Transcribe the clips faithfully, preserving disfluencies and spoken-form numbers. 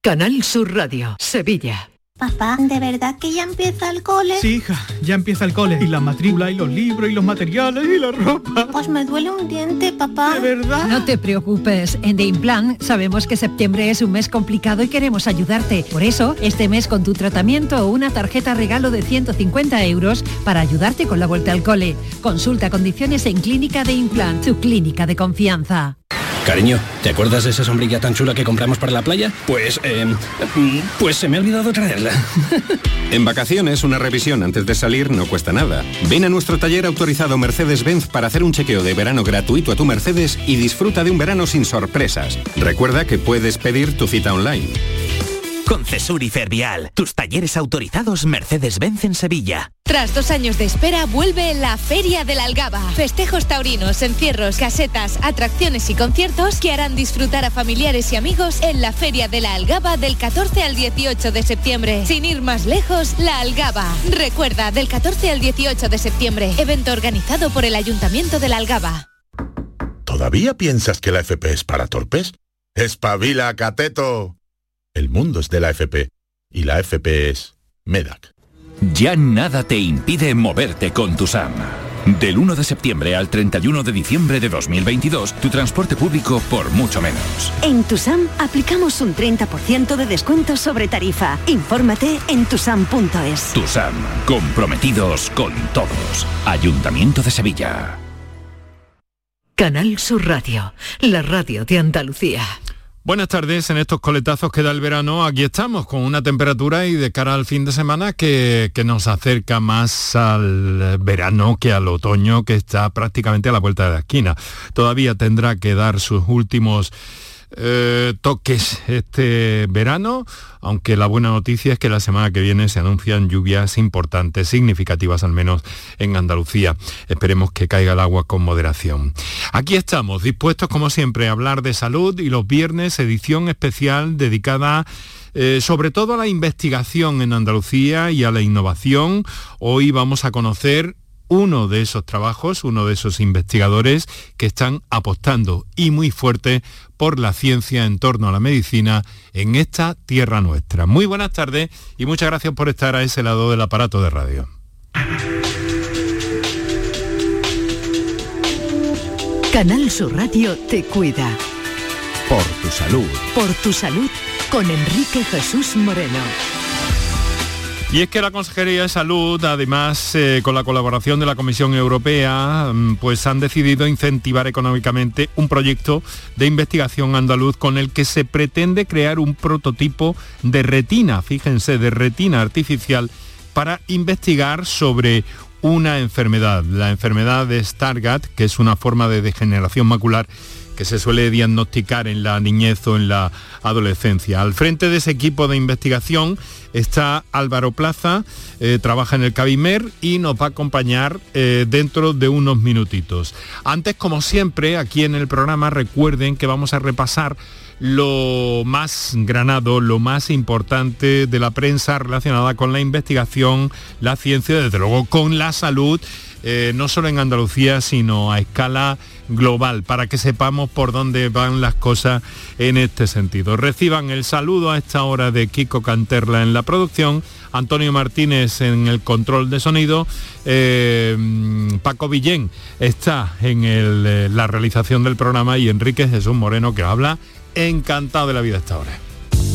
Canal Sur Radio, Sevilla. Papá, ¿de verdad que ya empieza el cole? Sí, hija, ya empieza el cole. Y la matrícula, y los libros, y los materiales, y la ropa. Pues me duele un diente, papá. ¿De verdad? No te preocupes. En The Implant sabemos que septiembre es un mes complicado y queremos ayudarte. Por eso, este mes con tu tratamiento o una tarjeta regalo de ciento cincuenta euros para ayudarte con la vuelta al cole. Consulta condiciones en Clínica The Implant, tu clínica de confianza. Cariño, ¿te acuerdas de esa sombrilla tan chula que compramos para la playa? Pues, eh, pues se me ha olvidado traerla. En vacaciones, una revisión antes de salir no cuesta nada. Ven a nuestro taller autorizado Mercedes-Benz para hacer un chequeo de verano gratuito a tu Mercedes y disfruta de un verano sin sorpresas. Recuerda que puedes pedir tu cita online. Con Cesur y Fervial, tus talleres autorizados Mercedes-Benz en Sevilla. Tras dos años de espera, vuelve la Feria de la Algaba. Festejos taurinos, encierros, casetas, atracciones y conciertos que harán disfrutar a familiares y amigos en la Feria de la Algaba del catorce al dieciocho de septiembre. Sin ir más lejos, la Algaba. Recuerda, del catorce al dieciocho de septiembre, evento organizado por el Ayuntamiento de la Algaba. ¿Todavía piensas que la F P es para torpes? ¡Espabila, cateto! El mundo es de la F P y la F P es MEDAC. Ya nada te impide moverte con Tusam. Del uno de septiembre al treinta y uno de diciembre de dos mil veintidós, tu transporte público por mucho menos. En Tusam aplicamos un treinta por ciento de descuento sobre tarifa. Infórmate en tusam punto es. Tusam, comprometidos con todos. Ayuntamiento de Sevilla. Canal Sur Radio, la radio de Andalucía. Buenas tardes, en estos coletazos que da el verano, aquí estamos con una temperatura y de cara al fin de semana que, que nos acerca más al verano que al otoño, que está prácticamente a la vuelta de la esquina. Todavía tendrá que dar sus últimos eh, toques este verano, aunque la buena noticia es que la semana que viene se anuncian lluvias importantes, significativas al menos en Andalucía. Esperemos que caiga el agua con moderación. Aquí estamos, dispuestos como siempre a hablar de salud y los viernes edición especial dedicada eh, sobre todo a la investigación en Andalucía y a la innovación. Hoy vamos a conocer uno de esos trabajos, uno de esos investigadores que están apostando y muy fuerte por la ciencia en torno a la medicina en esta tierra nuestra. Muy buenas tardes y muchas gracias por estar a ese lado del aparato de radio. Canal Sur Radio te cuida. Por tu salud. Por tu salud con Enrique Jesús Moreno. Y es que la Consejería de Salud, además, eh, con la colaboración de la Comisión Europea, pues han decidido incentivar económicamente un proyecto de investigación andaluz con el que se pretende crear un prototipo de retina, fíjense, de retina artificial para investigar sobre una enfermedad, la enfermedad de Stargardt, que es una forma de degeneración macular que se suele diagnosticar en la niñez o en la adolescencia. Al frente de ese equipo de investigación está Álvaro Plaza, eh, trabaja en el Cabimer y nos va a acompañar eh, dentro de unos minutitos. Antes, como siempre, aquí en el programa recuerden que vamos a repasar lo más granado, lo más importante de la prensa relacionada con la investigación, la ciencia, desde luego con la salud, eh, no solo en Andalucía, sino a escala global, para que sepamos por dónde van las cosas en este sentido. Reciban el saludo a esta hora de Kiko Canterla en la producción, Antonio Martínez en el control de sonido, eh, Paco Villén está en el, eh, la realización del programa y Enrique Jesús Moreno que habla. Encantado de la vida a esta hora.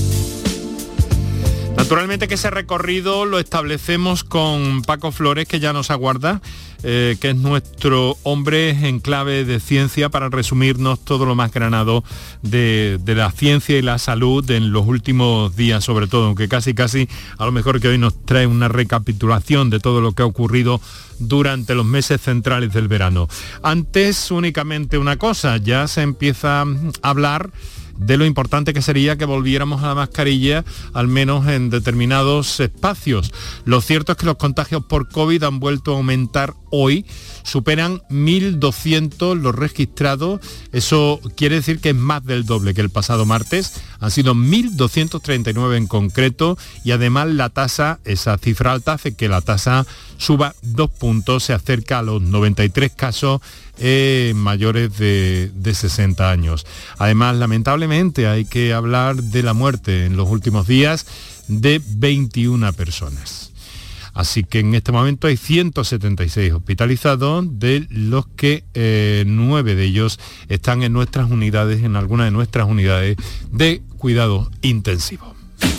Naturalmente que ese recorrido lo establecemos con Paco Flores, que ya nos aguarda, eh, que es nuestro hombre en clave de ciencia para resumirnos todo lo más granado de, de la ciencia y la salud en los últimos días, sobre todo, aunque casi casi a lo mejor que hoy nos trae una recapitulación de todo lo que ha ocurrido durante los meses centrales del verano. Antes, únicamente una cosa, ya se empieza a hablar de lo importante que sería que volviéramos a la mascarilla, al menos en determinados espacios. Lo cierto es que los contagios por COVID han vuelto a aumentar hoy, superan mil doscientos los registrados, eso quiere decir que es más del doble que el pasado martes, han sido mil doscientos treinta y nueve en concreto, y además la tasa, esa cifra alta hace que la tasa suba dos puntos, se acerca a los noventa y tres casos eh, mayores de, de sesenta años. Además, lamentablemente, hay que hablar de la muerte en los últimos días de veintiuna personas. Así que en este momento hay ciento setenta y seis hospitalizados, de los que eh, nueve de ellos están en nuestras unidades, en alguna de nuestras unidades de cuidado intensivo.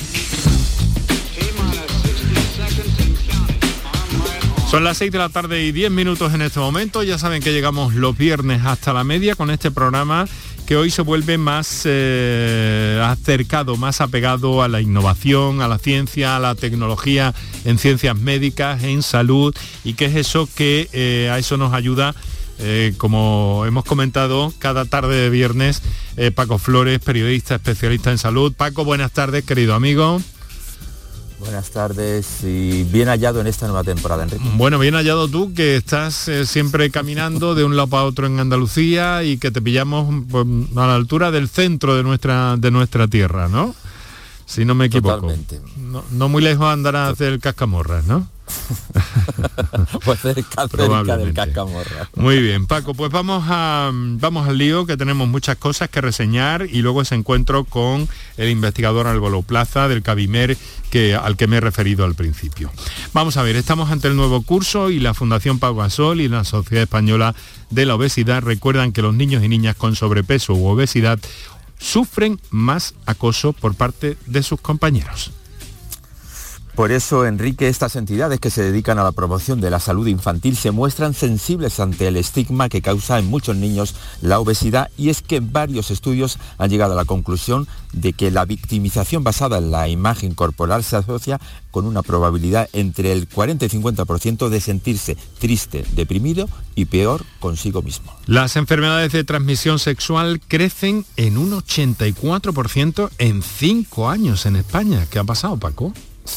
Son las seis de la tarde y diez minutos en este momento. Ya saben que llegamos los viernes hasta la media con este programa que hoy se vuelve más eh, acercado, más apegado a la innovación, a la ciencia, a la tecnología en ciencias médicas, en salud, y que es eso que eh, a eso nos ayuda, eh, como hemos comentado, cada tarde de viernes, eh, Paco Flores, periodista especialista en salud. Paco, buenas tardes, querido amigo. Buenas tardes y bien hallado en esta nueva temporada, Enrique. Bueno, bien hallado tú, que estás eh, siempre caminando de un lado para otro en Andalucía y que te pillamos pues, a la altura del centro de nuestra, de nuestra tierra, ¿no? Si no me equivoco. Totalmente. No, no muy lejos andarás del Cascamorras, ¿no? Pues cerca, cerca del Cascamorras. Muy bien, Paco, pues vamos a vamos al lío, que tenemos muchas cosas que reseñar, y luego ese encuentro con el investigador Álvaro Plaza del Cabimer, que, al que me he referido al principio. Vamos a ver, estamos ante el nuevo curso y la Fundación Pau Gasol y la Sociedad Española de la Obesidad recuerdan que los niños y niñas con sobrepeso u obesidad sufren más acoso por parte de sus compañeros. Por eso, Enrique, estas entidades que se dedican a la promoción de la salud infantil se muestran sensibles ante el estigma que causa en muchos niños la obesidad, y es que varios estudios han llegado a la conclusión de que la victimización basada en la imagen corporal se asocia con una probabilidad entre el cuarenta y cincuenta por ciento de sentirse triste, deprimido y peor consigo mismo. Las enfermedades de transmisión sexual crecen en un ochenta y cuatro por ciento en cinco años en España. ¿Qué ha pasado, Paco?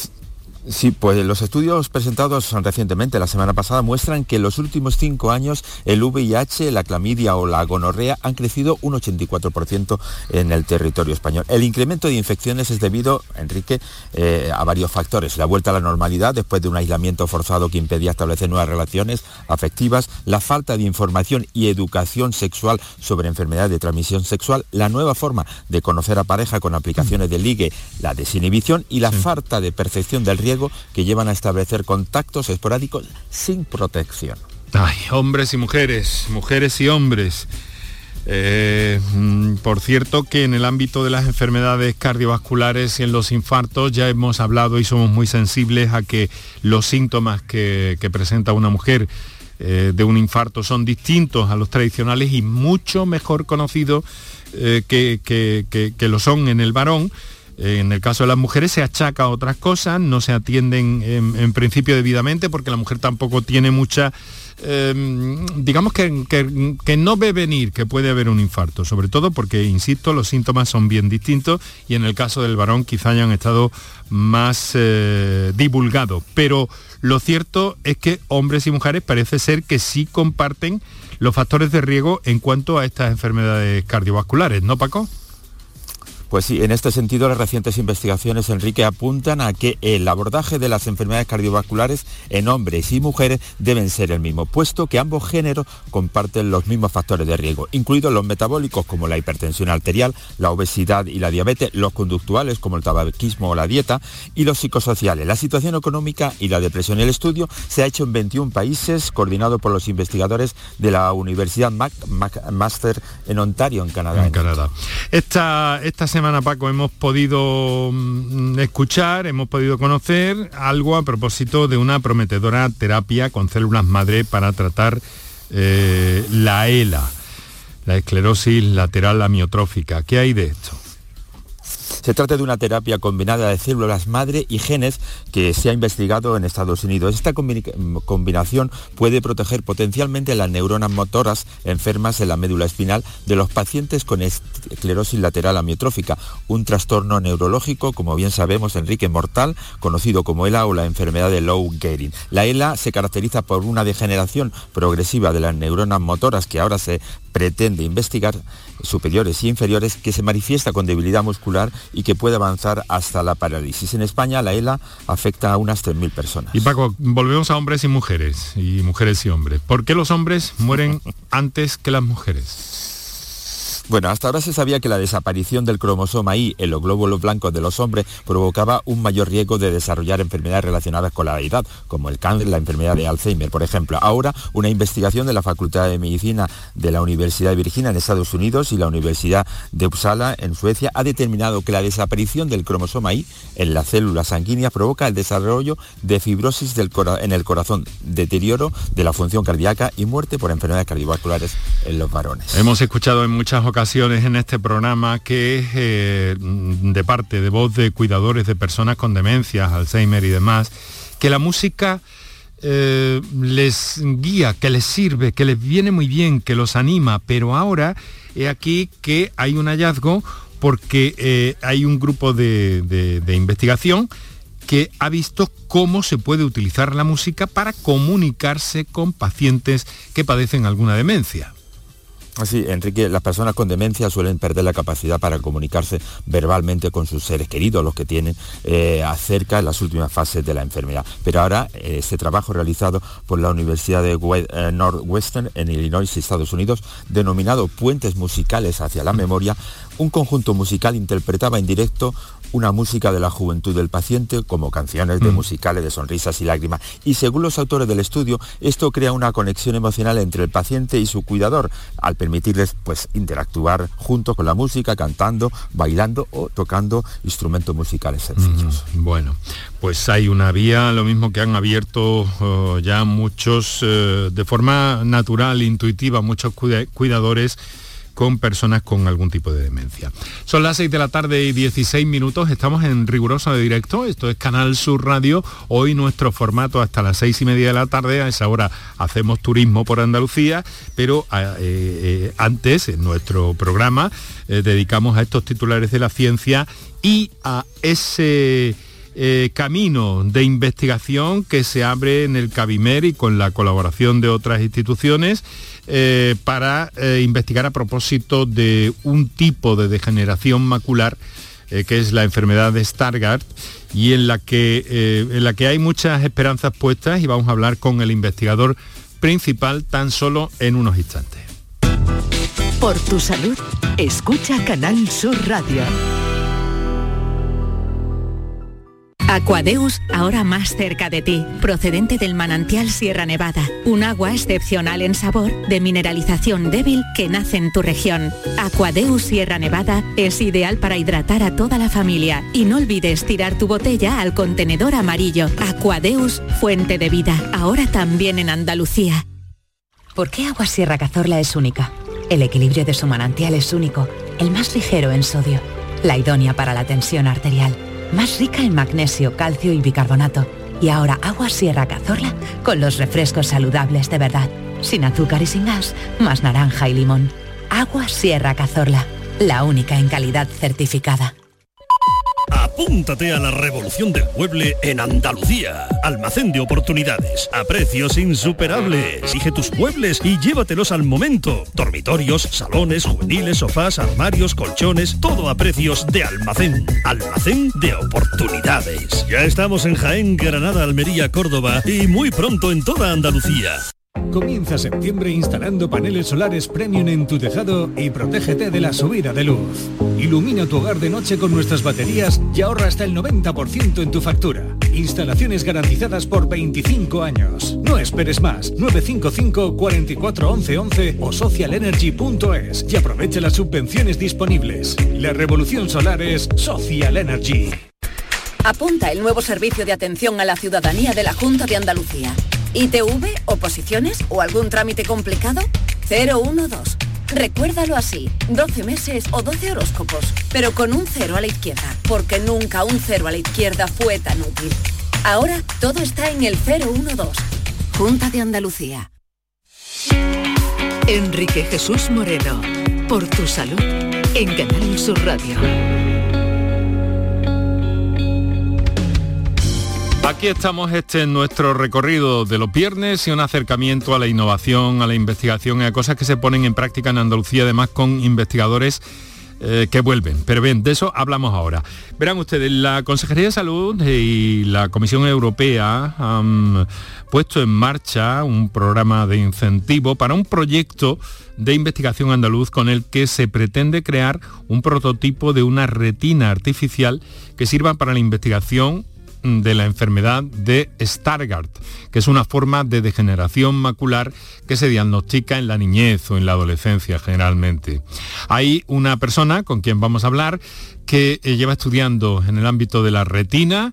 Sí, pues los estudios presentados recientemente, la semana pasada, muestran que en los últimos cinco años el V I H, la clamidia o la gonorrea han crecido un ochenta y cuatro por ciento en el territorio español. El incremento de infecciones es debido, Enrique, eh, a varios factores. La vuelta a la normalidad después de un aislamiento forzado que impedía establecer nuevas relaciones afectivas, la falta de información y educación sexual sobre enfermedades de transmisión sexual, la nueva forma de conocer a pareja con aplicaciones de ligue, la desinhibición y la sí. falta de percepción del riesgo que llevan a establecer contactos esporádicos sin protección. Ay, hombres y mujeres, mujeres y hombres. Eh, por cierto, que en el ámbito de las enfermedades cardiovasculares y en los infartos ya hemos hablado y somos muy sensibles a que los síntomas que, que presenta una mujer eh, de un infarto son distintos a los tradicionales y mucho mejor conocidos eh, que, que, que, que lo son en el varón. En el caso de las mujeres se achaca a otras cosas, no se atienden en, en principio debidamente porque la mujer tampoco tiene mucha, eh, digamos que, que, que no ve venir que puede haber un infarto, sobre todo porque, insisto, los síntomas son bien distintos y en el caso del varón quizá hayan estado más eh, divulgados. Pero lo cierto es que hombres y mujeres parece ser que sí comparten los factores de riesgo en cuanto a estas enfermedades cardiovasculares, ¿no, Paco? Pues sí, en este sentido las recientes investigaciones, Enrique, apuntan a que el abordaje de las enfermedades cardiovasculares en hombres y mujeres deben ser el mismo, puesto que ambos géneros comparten los mismos factores de riesgo, incluidos los metabólicos como la hipertensión arterial, la obesidad y la diabetes, los conductuales como el tabaquismo o la dieta, y los psicosociales, la situación económica y la depresión. El estudio se ha hecho en veintiún países, coordinado por los investigadores de la Universidad McMaster en Ontario, en Canadá. En Canadá. Esta, esta semana, Paco, hemos podido escuchar, hemos podido conocer algo a propósito de una prometedora terapia con células madre para tratar eh, la E L A, la esclerosis lateral amiotrófica. ¿Qué hay de esto? Se trata de una terapia combinada de células madre y genes que se ha investigado en Estados Unidos. Esta combina- combinación puede proteger potencialmente las neuronas motoras enfermas en la médula espinal de los pacientes con esclerosis lateral amiotrófica, un trastorno neurológico, como bien sabemos, Enrique, mortal, conocido como E L A o la enfermedad de Lou Gehrig. La E L A se caracteriza por una degeneración progresiva de las neuronas motoras que ahora se pretende investigar, superiores y inferiores, que se manifiesta con debilidad muscular y que puede avanzar hasta la parálisis. En España la ELA afecta a unas tres mil personas. Y Paco, volvemos a hombres y mujeres, y mujeres y hombres. ¿Por qué los hombres mueren antes que las mujeres? Bueno, hasta ahora se sabía que la desaparición del cromosoma Y en los glóbulos blancos de los hombres provocaba un mayor riesgo de desarrollar enfermedades relacionadas con la edad, como el cáncer, la enfermedad de Alzheimer, por ejemplo. Ahora, una investigación de la Facultad de Medicina de la Universidad de Virginia en Estados Unidos y la Universidad de Uppsala en Suecia ha determinado que la desaparición del cromosoma Y en las células sanguíneas provoca el desarrollo de fibrosis del cora- en el corazón, deterioro de la función cardíaca y muerte por enfermedades cardiovasculares en los varones. Hemos escuchado en muchas ocasiones ocasiones en este programa que eh, de parte de voz de cuidadores de personas con demencias, Alzheimer y demás, que la música eh, les guía, que les sirve, que les viene muy bien, que los anima, pero ahora he aquí que hay un hallazgo porque eh, hay un grupo de, de, de investigación que ha visto cómo se puede utilizar la música para comunicarse con pacientes que padecen alguna demencia. Así, Enrique, las personas con demencia suelen perder la capacidad para comunicarse verbalmente con sus seres queridos, los que tienen eh, acerca de las últimas fases de la enfermedad. Pero ahora, eh, este trabajo realizado por la Universidad de We- eh, Northwestern en Illinois, Estados Unidos, denominado Puentes Musicales hacia la Memoria, un conjunto musical interpretaba en directo una música de la juventud del paciente, como canciones de mm. musicales de sonrisas y lágrimas. Y según los autores del estudio, esto crea una conexión emocional entre el paciente y su cuidador, al permitirles pues interactuar junto con la música, cantando, bailando o tocando instrumentos musicales sencillos. Mm, bueno, pues hay una vía, lo mismo que han abierto uh, ya muchos, uh, de forma natural, intuitiva, muchos cuida- cuidadores con personas con algún tipo de demencia. Son las seis de la tarde y dieciséis minutos, estamos en riguroso de directo, esto es Canal Sur Radio, hoy nuestro formato hasta las seis y media de la tarde, a esa hora hacemos turismo por Andalucía, pero eh, eh, antes, en nuestro programa, eh, dedicamos a estos titulares de la ciencia y a ese eh, camino de investigación que se abre en el Cabimer y con la colaboración de otras instituciones, Eh, para eh, investigar a propósito de un tipo de degeneración macular eh, que es la enfermedad de Stargardt y en la que eh, en la que hay muchas esperanzas puestas, y vamos a hablar con el investigador principal tan solo en unos instantes. Por tu salud, escucha Canal Sur Radio. Aquadeus, ahora más cerca de ti, procedente del manantial Sierra Nevada, un agua excepcional en sabor, de mineralización débil que nace en tu región. Aquadeus Sierra Nevada es ideal para hidratar a toda la familia y no olvides tirar tu botella al contenedor amarillo. Aquadeus, fuente de vida, ahora también en Andalucía. ¿Por qué Agua Sierra Cazorla es única? El equilibrio de su manantial es único, el más ligero en sodio, la idónea para la tensión arterial, más rica en magnesio, calcio y bicarbonato. Y ahora Agua Sierra Cazorla con los refrescos saludables de verdad, sin azúcar y sin gas, más naranja y limón. Agua Sierra Cazorla, la única en calidad certificada. Apúntate a la revolución del mueble en Andalucía. Almacén de oportunidades, a precios insuperables. Exige tus muebles y llévatelos al momento. Dormitorios, salones, juveniles, sofás, armarios, colchones, todo a precios de almacén. Almacén de oportunidades. Ya estamos en Jaén, Granada, Almería, Córdoba y muy pronto en toda Andalucía. Comienza septiembre instalando paneles solares premium en tu tejado y protégete de la subida de luz. Ilumina tu hogar de noche con nuestras baterías y ahorra hasta el noventa por ciento en tu factura. Instalaciones garantizadas por veinticinco años. No esperes más. nueve cinco cinco, cuatro cuatro, once, once o social energy punto es y aprovecha las subvenciones disponibles. La revolución solar es Social Energy. Apunta el nuevo servicio de atención a la ciudadanía de la Junta de Andalucía. I T V, oposiciones o algún trámite complicado. cero uno dos. Recuérdalo así, doce meses o doce horóscopos, pero con un cero a la izquierda, porque nunca un cero a la izquierda fue tan útil. Ahora todo está en el cero uno dos. Junta de Andalucía. Enrique Jesús Moreno, por tu salud, en Canal Sur Radio. Aquí estamos, este en nuestro recorrido de los viernes y un acercamiento a la innovación, a la investigación y a cosas que se ponen en práctica en Andalucía, además con investigadores eh, que vuelven. Pero bien, de eso hablamos ahora. Verán ustedes, la Consejería de Salud y la Comisión Europea han puesto en marcha un programa de incentivo para un proyecto de investigación andaluz con el que se pretende crear un prototipo de una retina artificial que sirva para la investigación de la enfermedad de Stargardt, que es una forma de degeneración macular que se diagnostica en la niñez o en la adolescencia generalmente. Hay una persona con quien vamos a hablar que eh, lleva estudiando en el ámbito de la retina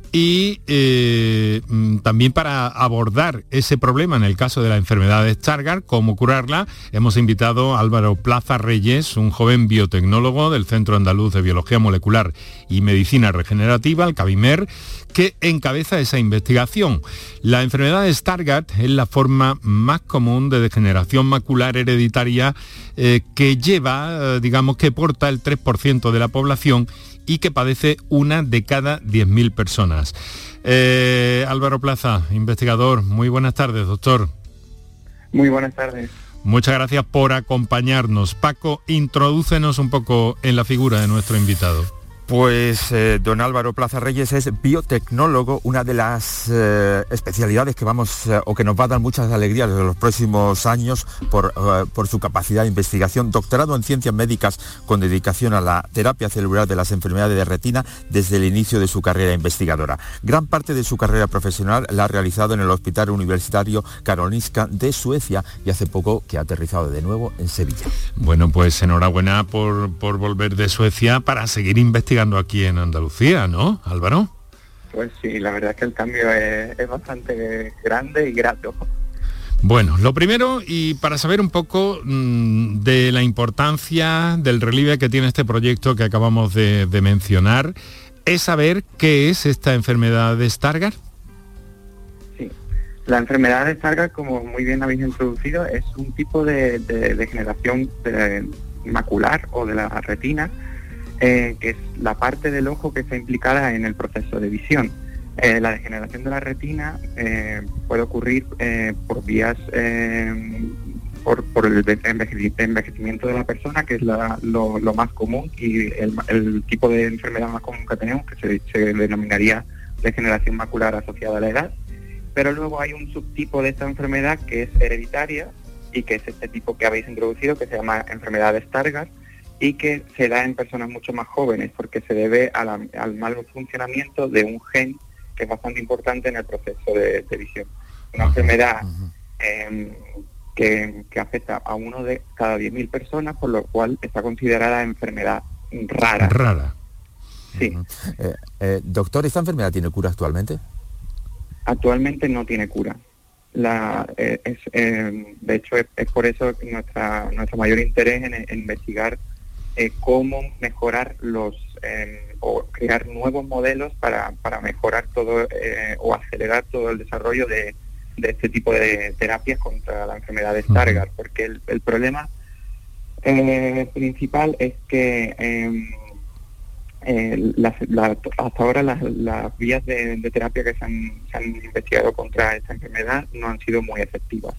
y eh, también para abordar ese problema en el caso de la enfermedad de Stargardt, cómo curarla, hemos invitado a Álvaro Plaza Reyes, un joven biotecnólogo del Centro Andaluz de Biología Molecular y Medicina Regenerativa, el CABIMER, que encabeza esa investigación. La enfermedad de Stargardt es la forma más común de degeneración macular hereditaria eh, que lleva, eh, digamos que porta el tres por ciento de la población y que padece una de cada diez mil personas. Eh, Álvaro Plaza, investigador, muy buenas tardes, doctor. Muy buenas tardes. Muchas gracias por acompañarnos. Paco, introdúcenos un poco en la figura de nuestro invitado. Pues eh, don Álvaro Plaza Reyes es biotecnólogo, una de las eh, especialidades que vamos eh, o que nos va a dar muchas alegrías en los próximos años por, eh, por su capacidad de investigación. Doctorado en ciencias médicas con dedicación a la terapia celular de las enfermedades de retina desde el inicio de su carrera investigadora. Gran parte de su carrera profesional la ha realizado en el Hospital Universitario Karolinska de Suecia y hace poco que ha aterrizado de nuevo en Sevilla. Bueno, pues enhorabuena por, por volver de Suecia para seguir investigando aquí en Andalucía, ¿no, Álvaro? Pues sí, la verdad es que el cambio es, es bastante grande y grato. Bueno, lo primero, y para saber un poco mmm, de la importancia del relieve que tiene este proyecto que acabamos de, de mencionar, es saber qué es esta enfermedad de Stargardt. Sí, la enfermedad de Stargardt, como muy bien habéis introducido, es un tipo de, de degeneración de macular o de la retina, Eh, que es la parte del ojo que está implicada en el proceso de visión. Eh, la degeneración de la retina eh, puede ocurrir eh, por vías, eh, por, por el envejecimiento de la persona, que es la, lo, lo más común, y el, el tipo de enfermedad más común que tenemos, que se, se denominaría degeneración macular asociada a la edad. Pero luego hay un subtipo de esta enfermedad que es hereditaria, y que es este tipo que habéis introducido, que se llama enfermedad de Stargardt, y que se da en personas mucho más jóvenes porque se debe a la, al mal funcionamiento de un gen que es bastante importante en el proceso de, de visión. Una enfermedad eh, que, que afecta a uno de cada diez mil personas, por lo cual está considerada enfermedad rara. Rara. Sí. Uh-huh. eh, eh, doctor, ¿esta enfermedad tiene cura actualmente? Actualmente no tiene cura. La, eh, es, eh, de hecho, es, es por eso nuestra, nuestro mayor interés en, en investigar Eh, cómo mejorar los eh, o crear nuevos modelos para, para mejorar todo eh, o acelerar todo el desarrollo de, de este tipo de terapias contra la enfermedad de Stargardt, porque el, el problema eh, principal es que eh, eh, la, la, hasta ahora las, las vías de, de terapia que se han, se han investigado contra esta enfermedad no han sido muy efectivas.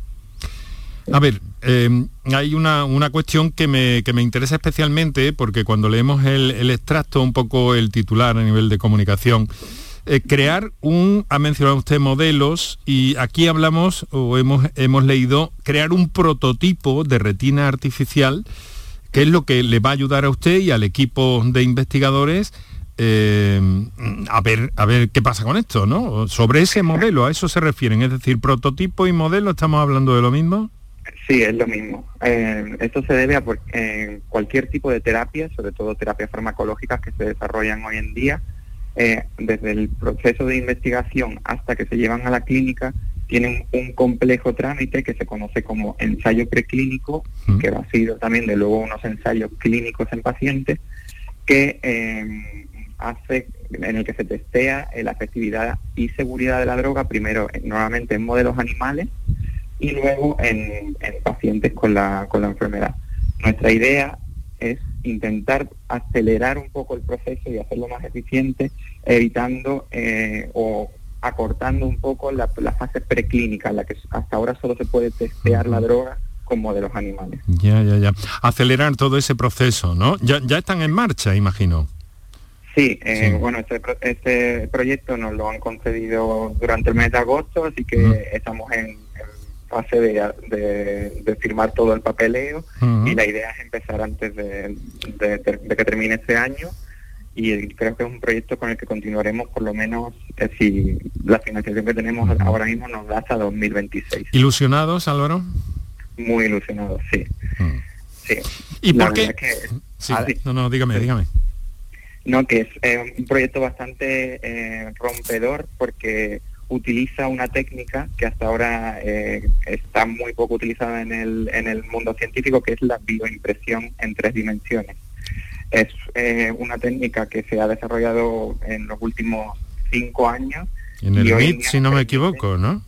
A ver, eh, hay una, una cuestión que me, que me interesa especialmente, porque cuando leemos el, el extracto, un poco el titular a nivel de comunicación, eh, crear un, ha mencionado usted modelos, y aquí hablamos, o hemos, hemos leído, crear un prototipo de retina artificial, que es lo que le va a ayudar a usted y al equipo de investigadores eh, a ver, a ver qué pasa con esto, ¿no? Sobre ese modelo, a eso se refieren, es decir, prototipo y modelo, ¿estamos hablando de lo mismo? Sí, es lo mismo. Eh, esto se debe a por, eh, cualquier tipo de terapia, sobre todo terapias farmacológicas que se desarrollan hoy en día, eh, desde el proceso de investigación hasta que se llevan a la clínica, tienen un complejo trámite que se conoce como ensayo preclínico, mm. que va seguido también de luego unos ensayos clínicos en pacientes, que eh, hace, en el que se testea la efectividad y seguridad de la droga, primero nuevamente en modelos animales, y luego en, en pacientes con la, con la enfermedad. Nuestra idea es intentar acelerar un poco el proceso y hacerlo más eficiente, evitando eh, o acortando un poco la, la fase preclínica, en la que hasta ahora solo se puede testear la droga con modelos animales. Ya, ya, ya. Acelerar todo ese proceso, ¿no? Ya, ya están en marcha, imagino. Sí, eh, Sí. bueno, este, pro- este proyecto nos lo han concedido durante el mes de agosto, así que Mm. estamos en, en fase de, de- de firmar todo el papeleo Ujú. y la idea es empezar antes de, de- de- de que termine este año y creo que es un proyecto con el que continuaremos por lo menos eh, si la financiación que tenemos Ujú. ahora mismo nos da hasta dos mil veintiséis. ¿Ilusionados, Álvaro? Muy ilusionados, sí. Mm. Sí. ¿Y La por qué? verdad que- Sí, sí. no, no, dígame, dígame. No, que es eh, un proyecto bastante eh, rompedor porque utiliza una técnica que hasta ahora eh, está muy poco utilizada en el, en el mundo científico, que es la bioimpresión en tres dimensiones. Es eh, una técnica que se ha desarrollado en los últimos cinco años. En y el hoy M I en T, día si no me permite- equivoco, ¿no?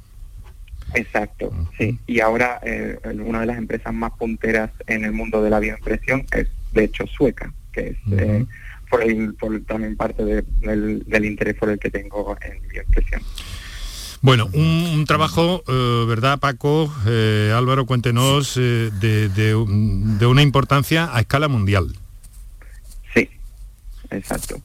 Exacto, sí. Y ahora eh, una de las empresas más punteras en el mundo de la bioimpresión es, de hecho, sueca, que es eh, por, el, por también parte de- del, del interés por el que tengo en bioimpresión. Bueno, un, un trabajo, eh, ¿verdad, Paco? Eh, Álvaro, cuéntenos eh, de, de un- de una importancia a escala mundial. Sí, exacto.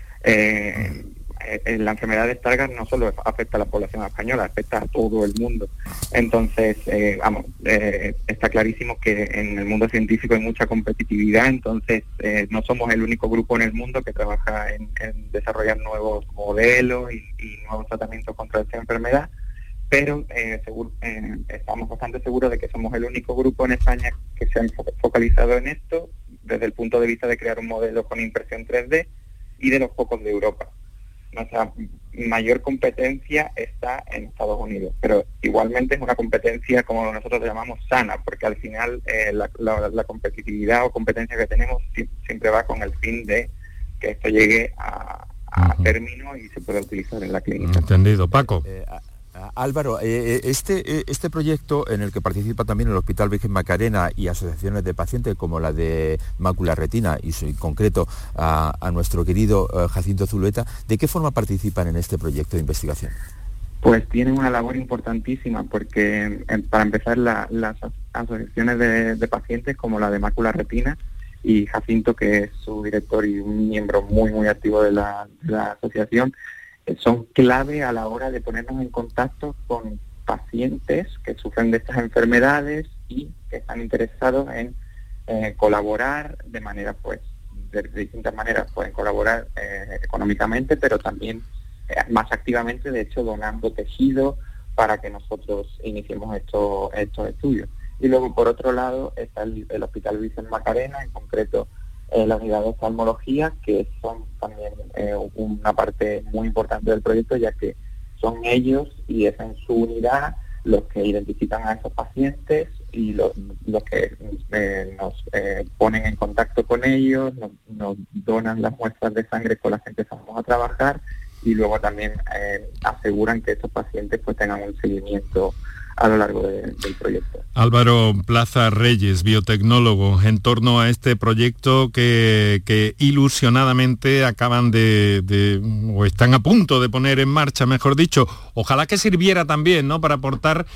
Eh, eh, la enfermedad de Stargardt no solo afecta a la población española, afecta a todo el mundo. Entonces, eh, vamos, eh, está clarísimo que en el mundo científico hay mucha competitividad, entonces eh, no somos el único grupo en el mundo que trabaja en, en desarrollar nuevos modelos y, y nuevos tratamientos contra esta enfermedad, pero eh, seguro, eh, estamos bastante seguros de que somos el único grupo en España que se ha enfo- focalizado en esto desde el punto de vista de crear un modelo con impresión tres D y de los pocos de Europa. Nuestra mayor competencia está en Estados Unidos, pero igualmente es una competencia, como nosotros le llamamos, sana, porque al final eh, la, la- la competitividad o competencia que tenemos si- siempre va con el fin de que esto llegue a, a término y se pueda utilizar en la clínica. Entendido. Paco. Eh, a- a- Álvaro, eh, este, eh, este proyecto en el que participa también el Hospital Virgen Macarena y asociaciones de pacientes como la de Mácula Retina y su- en concreto a, a nuestro querido eh, Jacinto Zulueta, ¿de qué forma participan en este proyecto de investigación? Pues tienen una labor importantísima porque, eh, para empezar, la- las as- asociaciones de, de pacientes como la de Mácula Retina y Jacinto, que es su director y un miembro muy, muy activo de la, de la asociación, eh, son clave a la hora de ponernos en contacto con pacientes que sufren de estas enfermedades y que están interesados en eh, colaborar de manera, pues, de, de distintas maneras. Pueden colaborar eh, económicamente, pero también eh, más activamente, de hecho, donando tejido para que nosotros iniciemos estos estos estudios. Y luego, por otro lado, está el, el Hospital Virgen Macarena, en concreto eh, la unidad de oftalmología, que son también eh, una parte muy importante del proyecto, ya que son ellos y es en su unidad los que identifican a esos pacientes y los, los que eh, nos eh, ponen en contacto con ellos, nos, nos donan las muestras de sangre con las que empezamos a trabajar y luego también eh, aseguran que estos pacientes pues tengan un seguimiento a lo largo de, del proyecto. Álvaro Plaza Reyes, biotecnólogo, en torno a este proyecto que, que ilusionadamente acaban de, de, o están a punto de poner en marcha, mejor dicho. Ojalá que sirviera también, ¿no?, para aportar,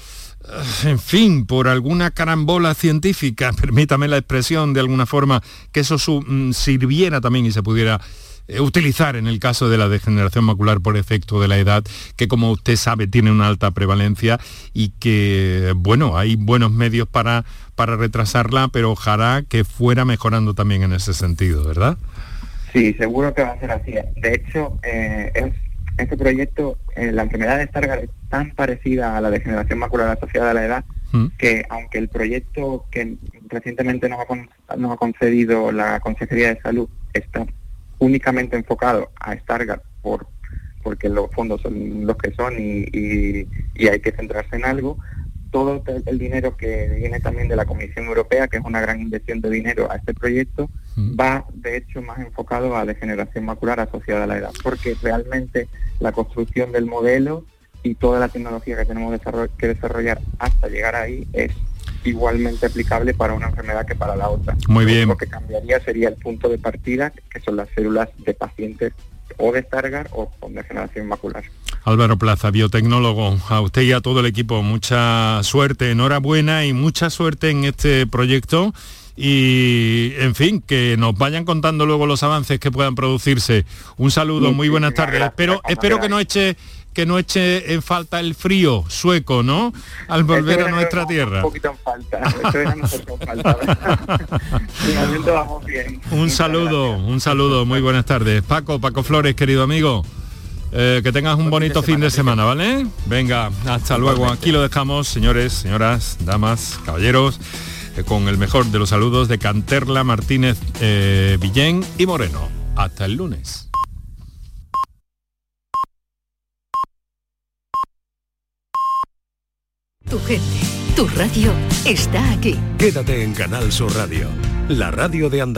en fin, por alguna carambola científica, permítame la expresión de alguna forma, que eso su, sirviera también y se pudiera utilizar en el caso de la degeneración macular por efecto de la edad, que como usted sabe tiene una alta prevalencia y que, bueno, hay buenos medios para, para retrasarla, pero ojalá que fuera mejorando también en ese sentido, ¿verdad? Sí, seguro que va a ser así. De hecho, eh, es, este proyecto, eh, la enfermedad de Stargardt es tan parecida a la degeneración macular asociada a la edad, ¿Mm? que aunque el proyecto que recientemente nos ha, con, nos ha concedido la Consejería de Salud está únicamente enfocado a Stargardt por porque los fondos son los que son y, y, y hay que centrarse en algo, todo el dinero que viene también de la Comisión Europea, que es una gran inversión de dinero a este proyecto, mm. va de hecho más enfocado a degeneración macular asociada a la edad, porque realmente la construcción del modelo y toda la tecnología que tenemos que desarrollar hasta llegar ahí es igualmente aplicable para una enfermedad que para la otra. Muy bien. Lo que cambiaría sería el punto de partida, que son las células de pacientes o de Stargardt o con degeneración macular. Álvaro Plaza, biotecnólogo, a usted y a todo el equipo, mucha suerte, enhorabuena y mucha suerte en este proyecto y, en fin, que nos vayan contando luego los avances que puedan producirse. Un saludo, muy buenas tardes. Espero, espero que no eche que no eche en falta el frío sueco, ¿no? Al volver a nuestra tierra. Un poquito en falta, esto era nosotros en falta. De momento vamos bien. Un saludo, un saludo, muy buenas tardes. Paco, Paco Flores, querido amigo. Eh, que tengas un bonito fin de semana, ¿vale? Venga, hasta luego. Aquí lo dejamos, señores, señoras, damas, caballeros, eh, con el mejor de los saludos de Canterla, Martínez, eh, Villén y Moreno. Hasta el lunes. Tu gente, tu radio está aquí. Quédate en Canal Sur Radio, la radio de Andalucía.